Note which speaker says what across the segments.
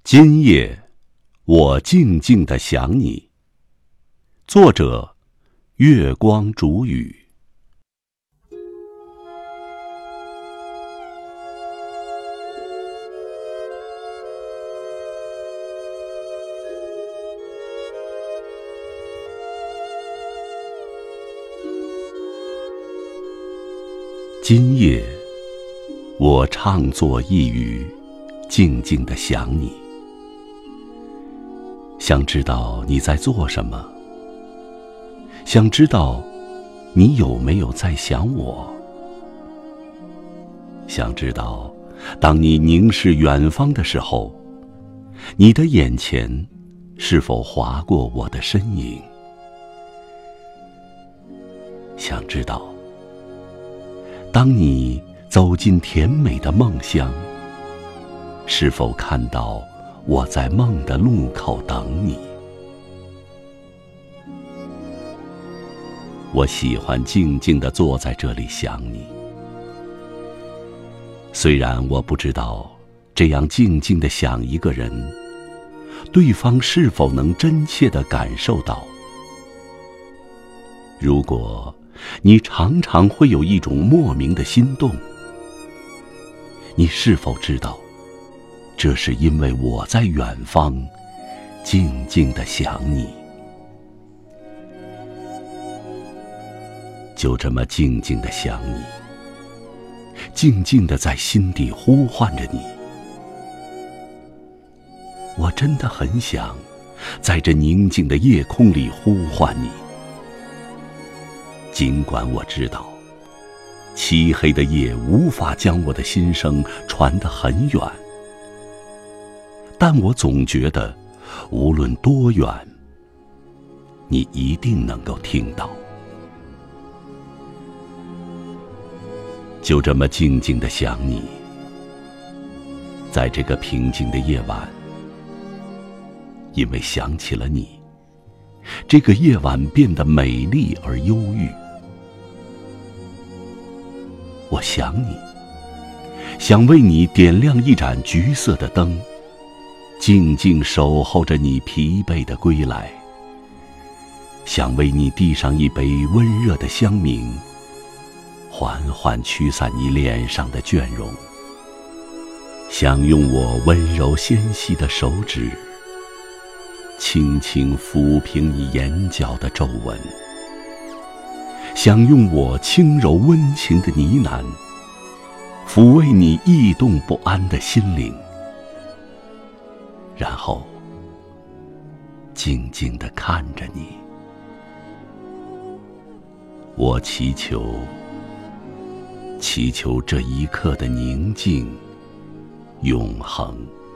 Speaker 1: 今夜，我静静地想你。作者：月光煮雨。今夜，我唱作一语，静静地想你。想知道你在做什么，想知道你有没有在想我，想知道当你凝视远方的时候，你的眼前是否划过我的身影，想知道当你走进甜美的梦乡，是否看到我在梦的路口等你。我喜欢静静地坐在这里想你，虽然我不知道这样静静地想一个人，对方是否能真切地感受到。如果你常常会有一种莫名的心动，你是否知道，这是因为我在远方静静地想你。就这么静静地想你，静静地在心底呼唤着你。我真的很想在这宁静的夜空里呼唤你，尽管我知道漆黑的夜无法将我的心声传得很远，但我总觉得无论多远，你一定能够听到。就这么静静地想你，在这个平静的夜晚，因为想起了你，这个夜晚变得美丽而忧郁。我想你，想为你点亮一盏橘色的灯，静静守候着你疲惫的归来，想为你递上一杯温热的香茗，缓缓驱散你脸上的倦容，想用我温柔纤细的手指，轻轻抚平你眼角的皱纹，想用我轻柔温情的呢喃，抚慰你异动不安的心灵，然后静静地看着你。我祈求这一刻的宁静永恒。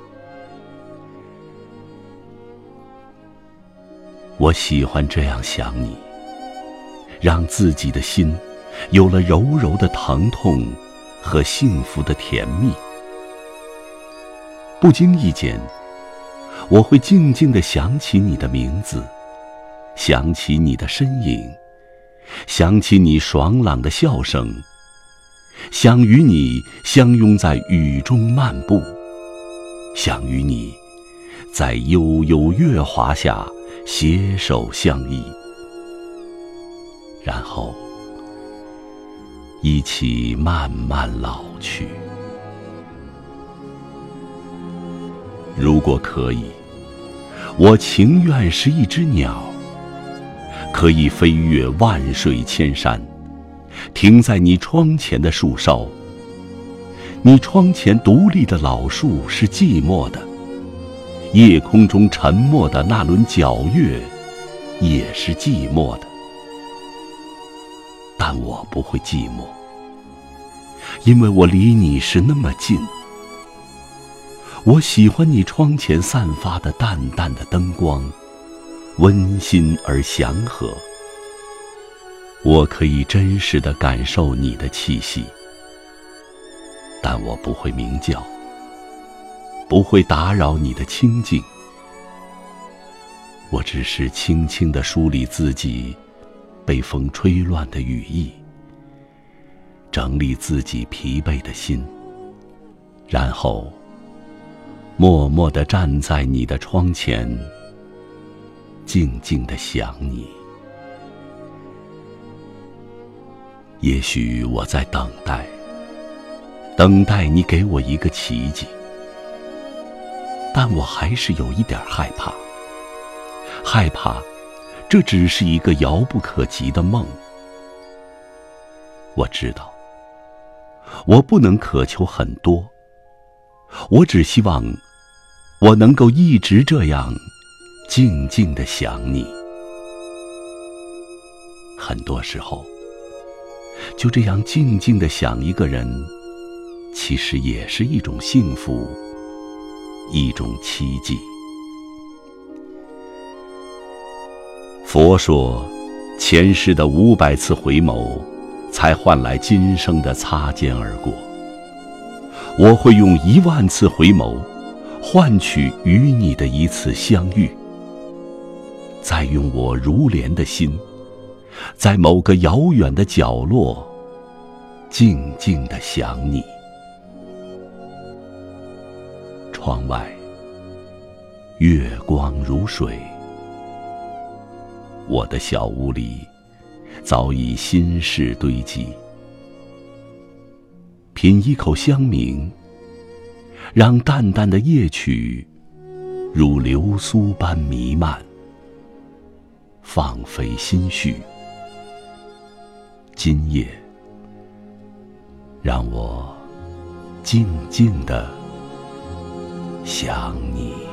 Speaker 1: 我喜欢这样想你，让自己的心有了柔柔的疼痛和幸福的甜蜜。不经意间，我会静静地想起你的名字，想起你的身影，想起你爽朗的笑声，想与你相拥在雨中漫步，想与你在悠悠月华下携手相依，然后一起慢慢老去。如果可以，我情愿是一只鸟，可以飞越万水千山，停在你窗前的树梢。你窗前独立的老树是寂寞的，夜空中沉默的那轮皎月也是寂寞的。但我不会寂寞，因为我离你是那么近。我喜欢你窗前散发的淡淡的灯光，温馨而祥和。我可以真实地感受你的气息，但我不会鸣叫，不会打扰你的清静。我只是轻轻地梳理自己被风吹乱的羽翼，整理自己疲惫的心，然后默默地站在你的窗前，静静地想你。也许我在等待，等待你给我一个奇迹，但我还是有一点害怕，害怕这只是一个遥不可及的梦。我知道，我不能渴求很多，我只希望我能够一直这样静静地想你。很多时候，就这样静静地想一个人，其实也是一种幸福，一种奇迹。佛说，前世的500次回眸，才换来今生的擦肩而过。我会用10000次回眸，换取与你的一次相遇。再用我如莲的心，在某个遥远的角落，静静地想你。窗外，月光如水，我的小屋里早已心事堆积。品一口香茗，让淡淡的夜曲如流苏般弥漫，放飞心绪。今夜，让我静静地想你。